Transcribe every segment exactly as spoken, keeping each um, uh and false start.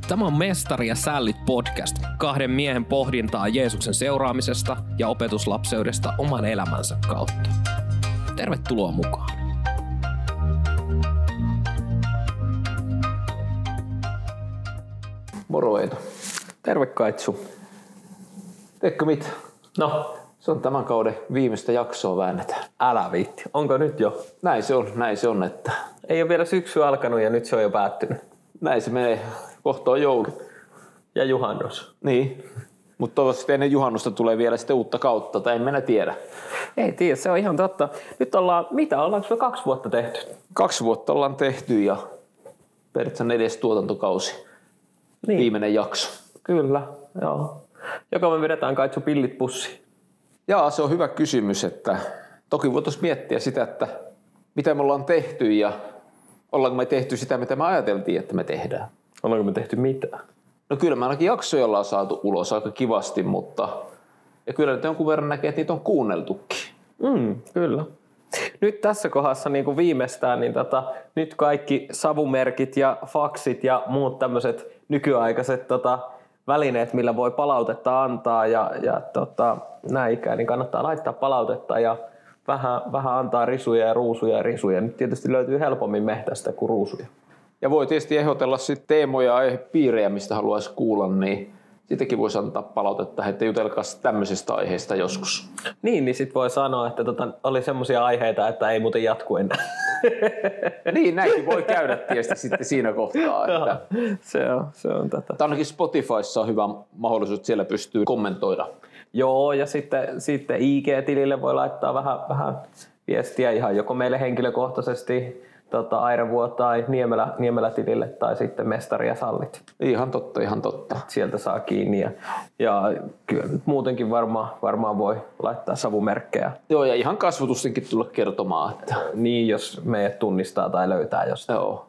Tämä on Mestari ja sällit podcast, kahden miehen pohdintaa Jeesuksen seuraamisesta ja opetuslapseudesta oman elämänsä kautta. Tervetuloa mukaan. Moro Eino. Terve Kaitsu. Teekö mitä? No, se on tämän kauden viimeistä jaksoa väännetään. Älä viitti. Onko nyt jo? Näin se on, näin se on, että... Ei ole vielä syksy alkanut ja nyt se on jo päättynyt. Näin se menee. Kohta on joulu. Ja juhannus. Niin. Mutta toivottavasti ennen juhannusta tulee vielä sitten uutta kautta, tai en mennä tiedä. Ei tiedä, se on ihan totta. Nyt ollaan, mitä, ollaanko me kaksi vuotta tehty? Kaksi vuotta ollaan tehty ja periaatteessa neljäs tuotantokausi. Niin. Viimeinen jakso. Kyllä, joo. Joko me vedetään Kaitsu pillit pussiin? Jaa, se on hyvä kysymys, että toki voitaisiin miettiä sitä, että mitä me ollaan tehty ja ollaanko me tehty sitä, mitä me ajateltiin, että me tehdään. Ollaanko me tehty mitään? No kyllä me ainakin jaksoja ollaan saatu ulos aika kivasti, mutta ja kyllä nyt jonkun verran näkee, että niitä on kuunneltukin. Mm, kyllä. Nyt tässä kohdassa niin kuin viimeistään, niin tota, nyt kaikki savumerkit ja faksit ja muut tämmöiset nykyaikaiset tota, välineet, millä voi palautetta antaa ja, ja tota, näin ikään, niin kannattaa laittaa palautetta ja vähän, vähän antaa risuja ja ruusuja ja risuja. Nyt tietysti löytyy helpommin mehtästä kuin ruusuja. Ja voi tietysti ehdotella sitten teemoja ja aihepiirejä, mistä haluaisi kuulla, niin siitäkin voisi antaa palautetta, että jutelkaa tämmöisestä aiheesta joskus. Niin, niin sitten voi sanoa, että tota, oli semmoisia aiheita, että ei muuten jatku enää. Niin, näinkin voi käydä tietysti sitten siinä kohtaa. Että se on, se on tätä. Tämä ainakin Spotifyssa on hyvä mahdollisuus, että siellä pystyy kommentoida. Joo, ja sitten, sitten I G-tilille voi laittaa vähän, vähän viestiä ihan joko meille henkilökohtaisesti, Tota, Airevuo tai Niemelä, Niemelä-tilille tai sitten Mestari ja sallit. Ihan totta, ihan totta. Sieltä saa kiinni ja, ja kyllä muutenkin varmaan, varmaan voi laittaa savumerkkejä. Joo, ja ihan kasvotustenkin tulla kertomaan. Että... Niin, jos meidät tunnistaa tai löytää jostain. Joo.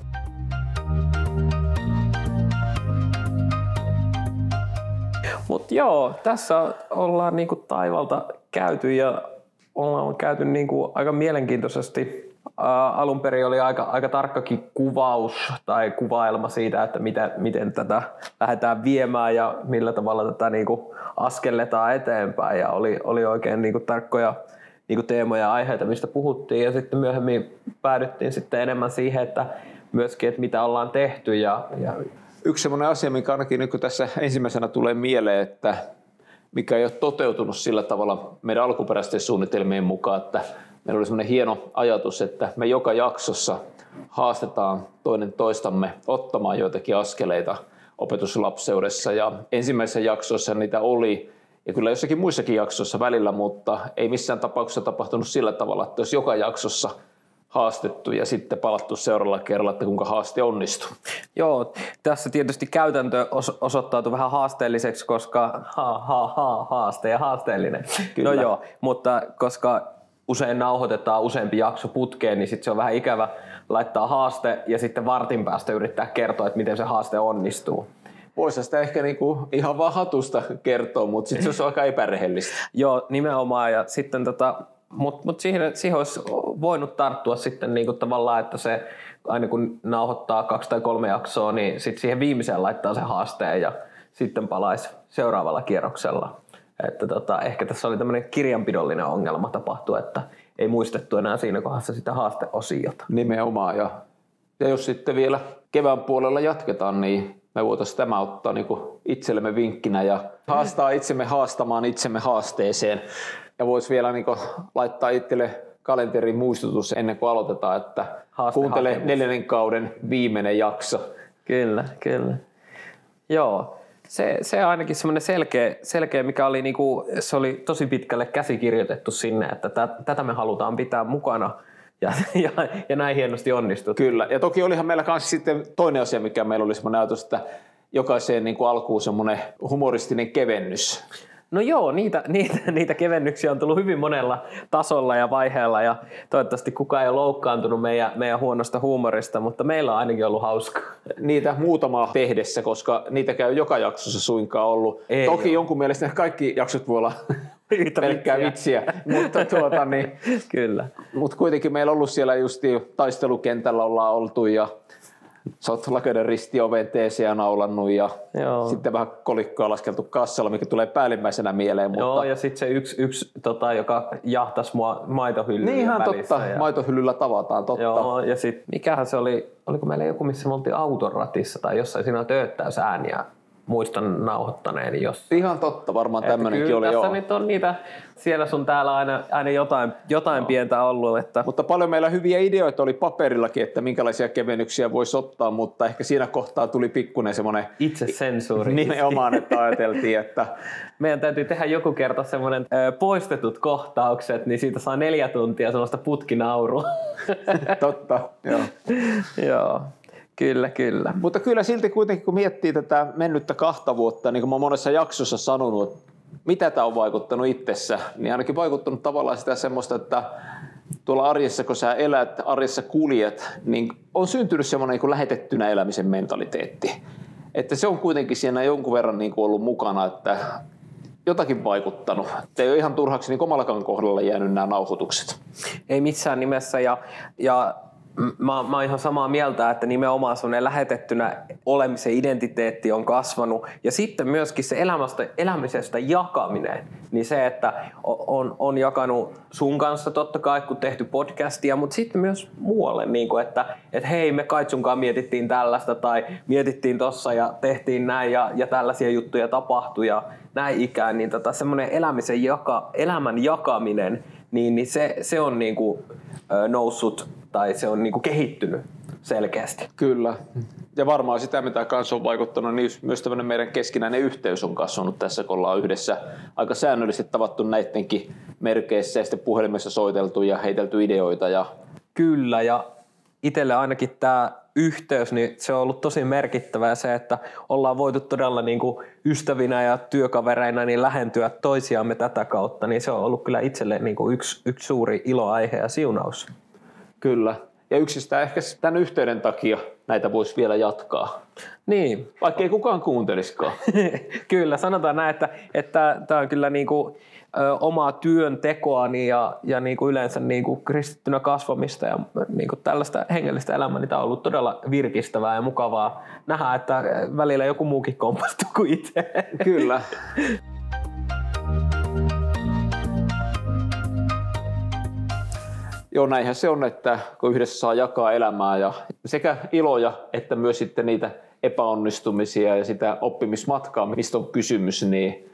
Mut joo, tässä ollaan niinku taivalta käyty ja ollaan käyty niinku aika mielenkiintoisesti. Uh, alun perin oli aika, aika tarkkakin kuvaus tai kuvailma siitä, että mitä, miten tätä lähdetään viemään ja millä tavalla tätä niinku askelletaan eteenpäin. Ja oli, oli oikein niinku tarkkoja niinku teemoja ja aiheita, mistä puhuttiin. Ja sitten myöhemmin päädyttiin sitten enemmän siihen, että myöskin, että mitä ollaan tehty. Ja, ja... Yksi sellainen asia, mikä ainakin nyt tässä ensimmäisenä tulee mieleen, että mikä ei ole toteutunut sillä tavalla meidän alkuperäisten suunnitelmien mukaan, että meillä oli semmoinen hieno ajatus, että me joka jaksossa haastetaan toinen toistamme ottamaan joitakin askeleita opetuslapseudessa. Ja ensimmäisessä jaksossa niitä oli, ja kyllä jossakin muissakin jaksoissa välillä, mutta ei missään tapauksessa tapahtunut sillä tavalla, että jos joka jaksossa haastettu ja sitten palattu seuraavalla kerralla, että kuinka haaste onnistuu. Joo, tässä tietysti käytäntö osoittautui vähän haasteelliseksi, koska ha, ha, ha, haaste ja haasteellinen. Kyllä. No joo, mutta koska usein nauhoitetaan useampi jakso putkeen, niin sitten se on vähän ikävä laittaa haaste ja sitten vartin päästä yrittää kertoa, että miten se haaste onnistuu. Voisi sitä ehkä niinku ihan vaan hatusta kertoa, mutta sitten se on aika epärehellistä. Joo, nimenomaan. Ja sitten tota, mutta mut siihen, siihen olisi voinut tarttua sitten niinku tavallaan, että se aina kun nauhoittaa kaksi tai kolme jaksoa, niin sitten siihen viimeiseen laittaa se haasteen ja sitten palaisi seuraavalla kierroksella. Että tota, ehkä tässä oli tämmöinen kirjanpidollinen ongelma tapahtua, että ei muistettu enää siinä kohdassa sitä haasteosiota. Nimenomaan. Ja, ja jos sitten vielä kevään puolella jatketaan, niin me voitaisiin tämä ottaa niin kuin itsellemme vinkkinä ja haastaa itsemme haastamaan itsemme haasteeseen. Ja voisi vielä niin kuin laittaa itselle kalenterin muistutus ennen kuin aloitetaan, että haaste kuuntele hakemus. Neljännen kauden viimeinen jakso. Kyllä, kyllä. Joo. Se, se on ainakin semmoinen selkeä, selkeä, mikä oli, niinku, se oli tosi pitkälle käsikirjoitettu sinne, että tä, tätä me halutaan pitää mukana ja, ja, ja näin hienosti onnistui. Kyllä, ja toki olihan meillä kanssa sitten toinen asia, mikä meillä oli semmoinen ajatus, että jokaiseen niin kuin alkuun semmoinen humoristinen kevennys. No joo, niitä, niitä, niitä kevennyksiä on tullut hyvin monella tasolla ja vaiheella ja toivottavasti kukaan ei ole loukkaantunut meidän, meidän huonosta huumorista, mutta meillä on ainakin ollut hauskaa. Niitä muutama tehdessä, koska niitä käy joka jaksossa suinkaan ollut. Ei Toki ole. Jonkun mielestä kaikki jaksot voi olla pelkkää vitsiä, mutta tuota, niin, Kyllä. Mutta kuitenkin meillä on ollut siellä just taistelukentällä ollaan oltu ja Sä oot Lakeuden ristioven teesiä naulannut ja Joo. sitten vähän kolikkoa laskeltu kassalla, mikä tulee päällimmäisenä mieleen. Mutta... Joo, ja sitten se yksi, yksi tota, joka jahtasi mua maitohyllyllä niin ihan välissä. totta, ja... maitohyllyllä tavataan, totta. Joo, ja sitten mikähän se oli, oliko meillä joku, missä me oltiin autoratissa tai jossain siinä tööttäysääniä. Muistan nauhoittaneen jossain. Ihan totta, varmaan tämmöinenkin oli. Tässä joo. nyt on niitä, siellä sun täällä aina, aina jotain, jotain pientä ollut. Että... Mutta paljon meillä hyviä ideoita oli paperillakin, että minkälaisia kevennyksiä voisi ottaa, mutta ehkä siinä kohtaa tuli pikkuinen semmoinen itsesensuuri. Nimenomaan, että ajateltiin, että meidän täytyy tehdä joku kerta semmoinen ö, poistetut kohtaukset, niin siitä saa neljä tuntia sellaista putkinaurua. totta, joo. Joo. Kyllä, kyllä. Mutta kyllä silti kuitenkin, kun miettii tätä mennyttä kahta vuotta, niin kuin mä oon monessa jaksossa sanonut, mitä tämä on vaikuttanut itsessä, niin ainakin vaikuttanut tavallaan sitä semmoista, että tuolla arjessa, kun sä elät, arjessa kuljet, niin on syntynyt semmoinen niin kuin lähetettynä elämisen mentaliteetti. Että se on kuitenkin siinä jonkun verran niin kuin ollut mukana, että jotakin vaikuttanut. Että ei ole ihan turhaksi niin omallakaan kohdalla jäänyt nämä nauhoitukset. Ei missään nimessä ja, ja Mä, mä oon ihan samaa mieltä, että nimenomaan semmoinen lähetettynä olemisen identiteetti on kasvanut. Ja sitten myöskin se elämästä, elämisestä jakaminen. Niin se, että on, on jakanut sun kanssa totta kai, kun tehty podcastia, mutta sitten myös muualle. Niin kuin, että et hei, me Kaitsunkaan mietittiin tällaista tai mietittiin tossa ja tehtiin näin ja, ja tällaisia juttuja tapahtui ja näin ikään. Niin tota, semmoinen elämisen jaka, elämän jakaminen, niin, niin se, se on niin kuin, ö, noussut tai se on niinku kehittynyt selkeästi. Kyllä. Ja varmaan sitä, mitä kanssa on vaikuttanut, niin myös tämmöinen meidän keskinäinen yhteys on kasvanut tässä, kun ollaan yhdessä aika säännöllisesti tavattu näidenkin merkeissä ja sitten puhelimessa soiteltu ja heitelty ideoita. Ja... Kyllä, ja itselle ainakin tämä yhteys, niin se on ollut tosi merkittävää se, että ollaan voitu todella niinku ystävinä ja työkavereina niin lähentyä toisiamme tätä kautta, niin se on ollut kyllä itselle niinku yksi, yksi suuri iloaihe ja siunaus. Kyllä. Ja yksistään ehkä tämän yhteyden takia näitä voisi vielä jatkaa. Niin. Vaikka ei kukaan kuuntelisikaan. Kyllä, sanotaan näin, että, että tämä on kyllä niinku, ö, omaa työntekoani ja, ja niinku yleensä niinku kristittynä kasvamista ja niinku tällaista hengellistä elämää, niin tämä on ollut todella virkistävää ja mukavaa nähdä, että välillä joku muukin kompastuu kuin itse. Kyllä. Joo, näinhän se on, että kun yhdessä saa jakaa elämää ja sekä iloja että myös sitten niitä epäonnistumisia ja sitä oppimismatkaa, mistä on kysymys, niin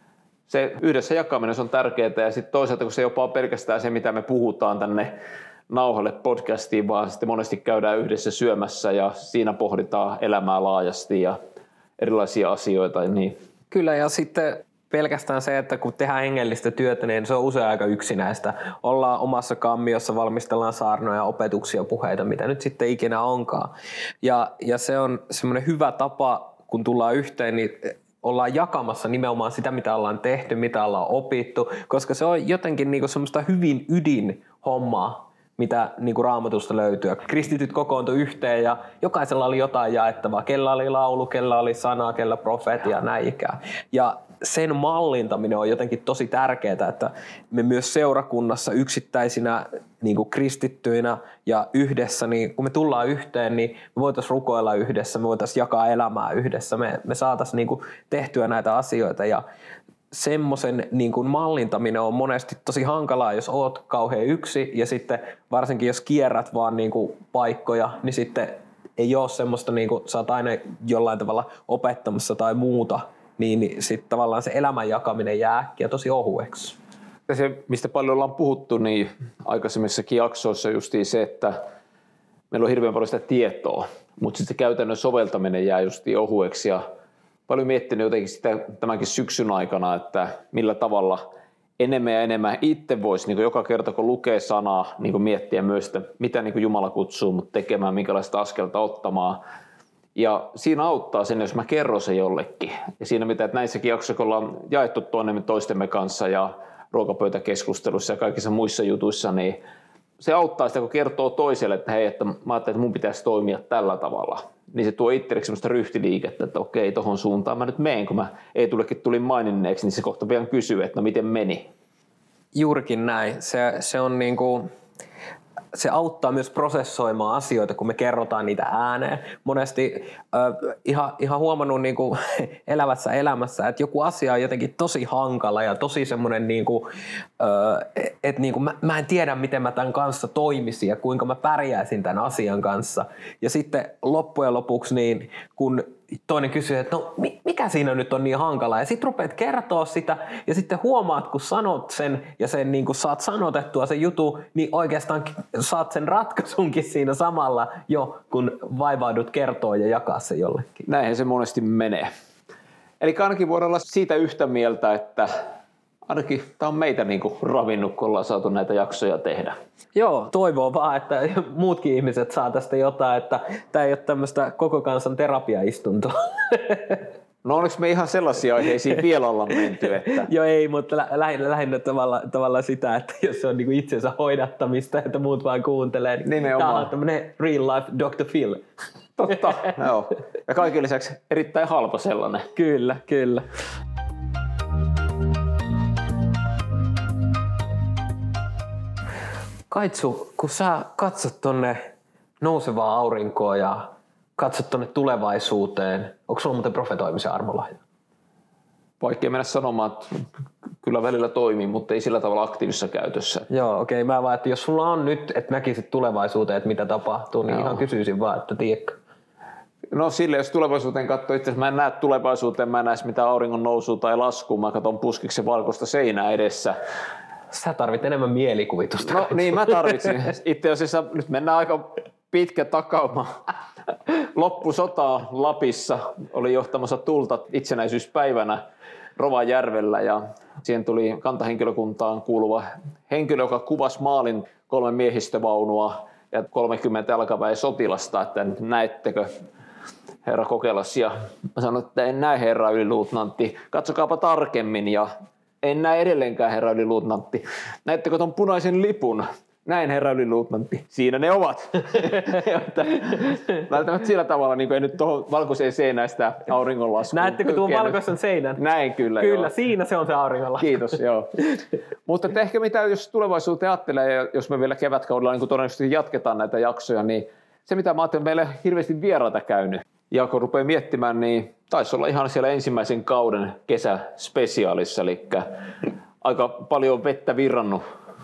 se yhdessä jakaminen se on tärkeää ja sitten toisaalta, kun se jopa on pelkästään se, mitä me puhutaan tänne nauhalle podcastiin, vaan sitten monesti käydään yhdessä syömässä ja siinä pohditaan elämää laajasti ja erilaisia asioita. Niin. Kyllä, ja sitten pelkästään se, että kun tehdään hengellistä työtä, niin se on usein aika yksinäistä. Ollaan omassa kammiossa, valmistellaan saarnoja, opetuksia, puheita, mitä nyt sitten ikinä onkaan. Ja, ja se on semmoinen hyvä tapa, kun tullaan yhteen, niin ollaan jakamassa nimenomaan sitä, mitä ollaan tehty, mitä ollaan opittu, koska se on jotenkin niinku semmoista hyvin ydin hommaa, mitä niinku Raamatusta löytyy. Kristityt kokoontui yhteen ja jokaisella oli jotain jaettavaa. Kella oli laulu, kella oli sana, kella profeetia, näin ikään. Ja sen mallintaminen on jotenkin tosi tärkeää, että me myös seurakunnassa yksittäisinä niin kuin kristittyinä ja yhdessä, niin kun me tullaan yhteen, niin me voitaisiin rukoilla yhdessä, me voitaisiin jakaa elämää yhdessä, me, me saataisiin niin kuin tehtyä näitä asioita ja semmoisen niin kuin mallintaminen on monesti tosi hankalaa, jos oot kauhean yksi ja sitten varsinkin jos kierrät vaan niin kuin paikkoja, niin sitten ei ole semmoista, niin kuin sä oot aina jollain tavalla opettamassa tai muuta, niin sitten tavallaan se elämän jakaminen jää äkkiä tosi ohueksi. Ja se, mistä paljon ollaan puhuttu, niin aikaisemmissakin jaksoissa justiin se, että meillä on hirveän paljon sitä tietoa, mutta sitten käytännön soveltaminen jää justiin ohueksi ja paljon miettinyt jotenkin sitä tämänkin syksyn aikana, että millä tavalla enemmän ja enemmän itse voisi niin joka kerta, kun lukee sanaa, niin miettiä myös, että mitä niin Jumala kutsuu mut tekemään, minkälaista askelta ottamaan. Ja siinä auttaa sen, jos mä kerron sen jollekin. Ja siinä mitä, että näissäkin jaksoissa, kun ollaan jaettu toinen toistemme kanssa ja ruokapöytäkeskustelussa ja kaikissa muissa jutuissa, niin se auttaa sitä, kun kertoo toiselle, että hei, että mä ajattelin, että mun pitäisi toimia tällä tavalla. Niin se tuo itsellekin semmoista ryhtiliikettä, että okei, tohon suuntaan mä nyt meen, kun mä ei tulekin tulin maininneeksi, niin se kohta pian kysyy, että no miten meni. Juurikin näin. Se, se on niinku, se auttaa myös prosessoimaan asioita, kun me kerrotaan niitä ääneen. Monesti äh, ihan, ihan huomannut niin kuin elävässä elämässä, että joku asia on jotenkin tosi hankala ja tosi semmoinen, niin kuin, äh, että niin kuin mä, mä en tiedä, miten mä tämän kanssa toimisin ja kuinka mä pärjäisin tämän asian kanssa. Ja sitten loppujen lopuksi, niin kun toinen kysyy, että no mikä siinä nyt on niin hankala, ja sitten rupeat kertoa sitä, ja sitten huomaat, kun sanot sen, ja sen niin kun saat sanotettua sen jutun, niin oikeastaan saat sen ratkaisunkin siinä samalla jo, kun vaivaudut kertoa ja jakaa se jollekin. Näinhän se monesti menee. Eli ainakin voidaan olla siitä yhtä mieltä, että ainakin tämä on meitä niin kuin ravinnut, kun ollaan saatu näitä jaksoja tehdä. Joo, toivoo vaan, että muutkin ihmiset saa tästä jotain, että tämä ei ole tämmöistä koko kansan terapiaistuntoa. No onneksi me ihan sellaisia aiheisiin vielä ollaan menty, että... Joo ei, mutta lä- lähinnä, lähinnä tavalla, tavalla sitä, että jos se on niinku itsensä hoidattamista, että muut vaan kuuntelee, niin nimenomaan. Tämä on tämmöinen real life doctor Phil. Totta, joo. Ja kaiken lisäksi erittäin halpa sellainen. Kyllä, kyllä. Kaitsu, kun sä katsot tonne nousevaa aurinkoa ja katsot tonne tulevaisuuteen, onko sulla muuten profetoimisen armolahja? Vaikea mennä sanomaan, että kyllä välillä toimii, mutta ei sillä tavalla aktiivisessa käytössä. Joo, okei. Okay. Mä vaan, että jos sulla on nyt, että näkisit tulevaisuuteen, että mitä tapahtuu, niin Joo. ihan kysyisin vaan, että tiedätkö? No sille, jos tulevaisuuteen katsoo, itse asiassa mä en näe tulevaisuuteen, mä en näe mitään auringon nousua tai laskua, mä katson puskiksen valkoista seinää edessä. Sä tarvit enemmän mielikuvitusta. No niin, mä tarvitsin. Itse asiassa nyt mennään aika pitkä takauma. Loppusotaa Lapissa oli johtamassa tulta itsenäisyyspäivänä Rovajärvellä ja siihen tuli kantahenkilökuntaan kuuluva henkilö, joka kuvasi maalin kolme miehistövaunua ja kolmekymmentä jalkaväen sotilasta, että näettekö herra Kokelas, ja mä sanoin, että en näe herra yliluutnantti, katsokaapa tarkemmin, ja en näe edelleenkään herra yliluutnantti. Näettekö ton punaisen lipun? Näin herra yliluutnantti. Siinä ne ovat. Välttämättä sillä tavalla, niin kuin ei nyt tuohon valkoiseen seinään sitä auringonlaskua. Näettekö tuon valkoisen seinän? Näin kyllä. Kyllä, joo. Siinä se on se auringonlasku. Kiitos, joo. Mutta ehkä mitä jos tulevaisuuteen ajattelee, ja jos me vielä kevätkaudella niin todennäköisesti jatketaan näitä jaksoja, niin se mitä mä ajattelin, meillä hirveästi vieraita käynyt. Ja kun rupeaa miettimään, niin taisi olla ihan siellä ensimmäisen kauden kesäspesiaalissa, eli aika paljon vettä virrannut.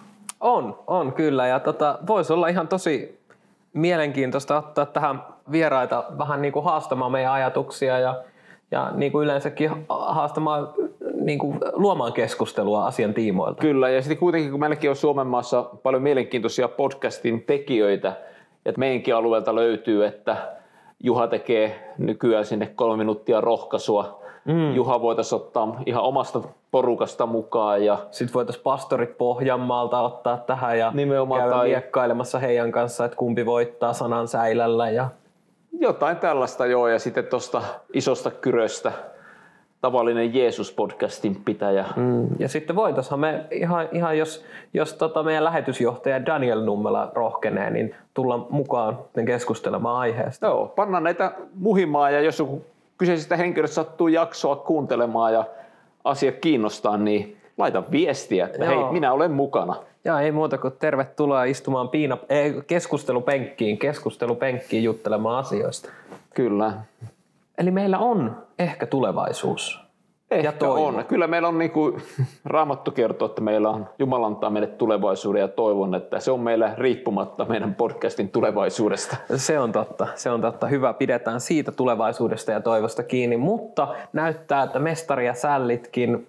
On, on kyllä, ja tota, voisi olla ihan tosi mielenkiintoista ottaa tähän vieraita vähän niin kuin haastamaan meidän ajatuksia ja, ja niin kuin yleensäkin haastamaan, niin kuin luomaan keskustelua asian tiimoilta. Kyllä, ja sitten kuitenkin kun meilläkin on Suomen maassa paljon mielenkiintoisia podcastin tekijöitä, että meidänkin alueelta löytyy, että Juha tekee nykyään sinne kolme minuuttia rohkaisua. Mm. Juha voitaisiin ottaa ihan omasta porukasta mukaan. Ja sitten voitaisiin pastorit Pohjanmaalta ottaa tähän ja nimenomaan käydä tai miekkailemassa heidän kanssa, että kumpi voittaa sanan säilällä. Ja jotain tällaista joo, ja sitten tuosta isosta kyröstä tavallinen Jeesus-podcastin pitäjä. Mm. Ja sitten voitaisiin me ihan, ihan jos, jos tota meidän lähetysjohtaja Daniel Nummela rohkenee, niin tulla mukaan keskustelemaan aiheesta. Joo, pannaan näitä muhimaan, ja jos joku kyseisestä henkilöstä sattuu jaksoa kuuntelemaan ja asia kiinnostaa, niin laita viestiä, että Joo. hei, minä olen mukana. Ja ei muuta kuin tervetuloa istumaan piina, ei, keskustelupenkkiin, keskustelupenkkiin juttelemaan asioista. Kyllä. Eli meillä on ehkä tulevaisuus. Ehkä ja toivo. on. Kyllä meillä on, niin kuin Raamattu kertoo, että meillä on Jumala antaa meille tulevaisuuden, ja toivon, että se on meillä riippumatta meidän podcastin tulevaisuudesta. Se on totta. Se on totta. Hyvä, pidetään siitä tulevaisuudesta ja toivosta kiinni, mutta näyttää, että mestari ja sällitkin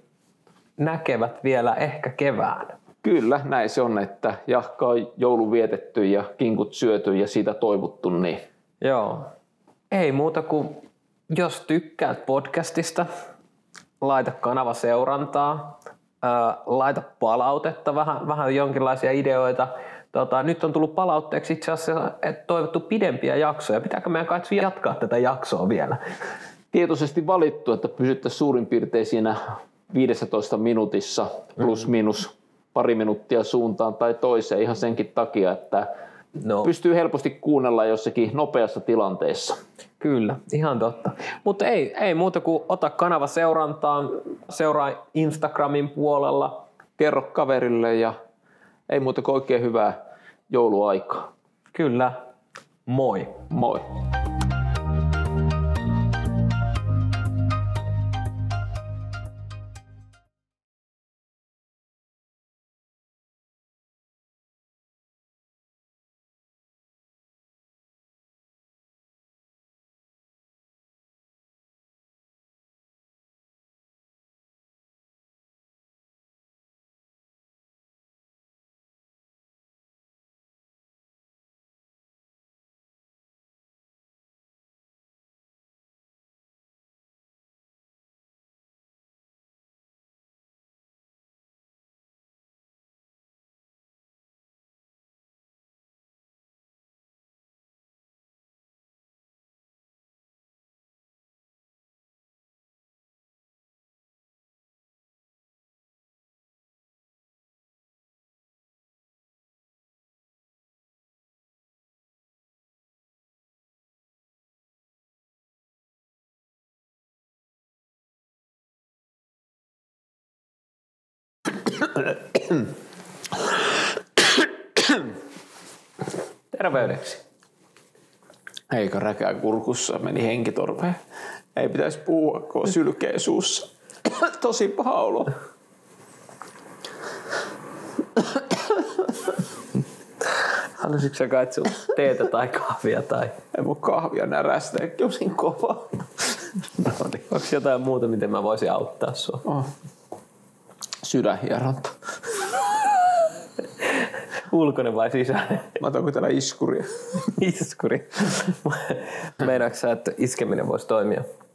näkevät vielä ehkä kevään. Kyllä, näin se on, että jahka on joulu vietetty ja kinkut syöty ja siitä toivottu. Niin... Joo. Ei muuta kuin, jos tykkäät podcastista, laita kanava seurantaa, ää, laita palautetta, vähän, vähän jonkinlaisia ideoita. Tota, nyt on tullut palautteeksi itse asiassa, että toivottu pidempiä jaksoja. Pitääkö meidän Kaitsu jatkaa tätä jaksoa vielä? Tietoisesti valittu, että pysyttäisiin suurin piirtein siinä viisitoista minuutissa plus minus pari minuuttia suuntaan tai toiseen ihan senkin takia, että no. pystyy helposti kuunnella jossakin nopeassa tilanteessa. Kyllä, ihan totta. Mutta ei, ei muuta kuin ota kanava seurantaan, seuraa Instagramin puolella. Kerro kaverille ja ei muuta kuin oikein hyvää jouluaikaa. Kyllä. Moi. Moi. Terveydeksi. Eikä räkää kurkussa, meni henkitorveen. Ei pitäisi puhua, kun on sylkeä suussa. Tosi paha olo. Haluaisitko sä kai sun teetä tai kahvia? Tai... Ei mun kahvia närästä, josin kova. No niin. Onko jotain muuta, miten mä voisin auttaa sua? Oh. Sydänhieronta. Ulkoinen vai sisäinen? Mä otanko täällä iskuria? Iskuri. Meinaatko sä, että iskeminen voisi toimia?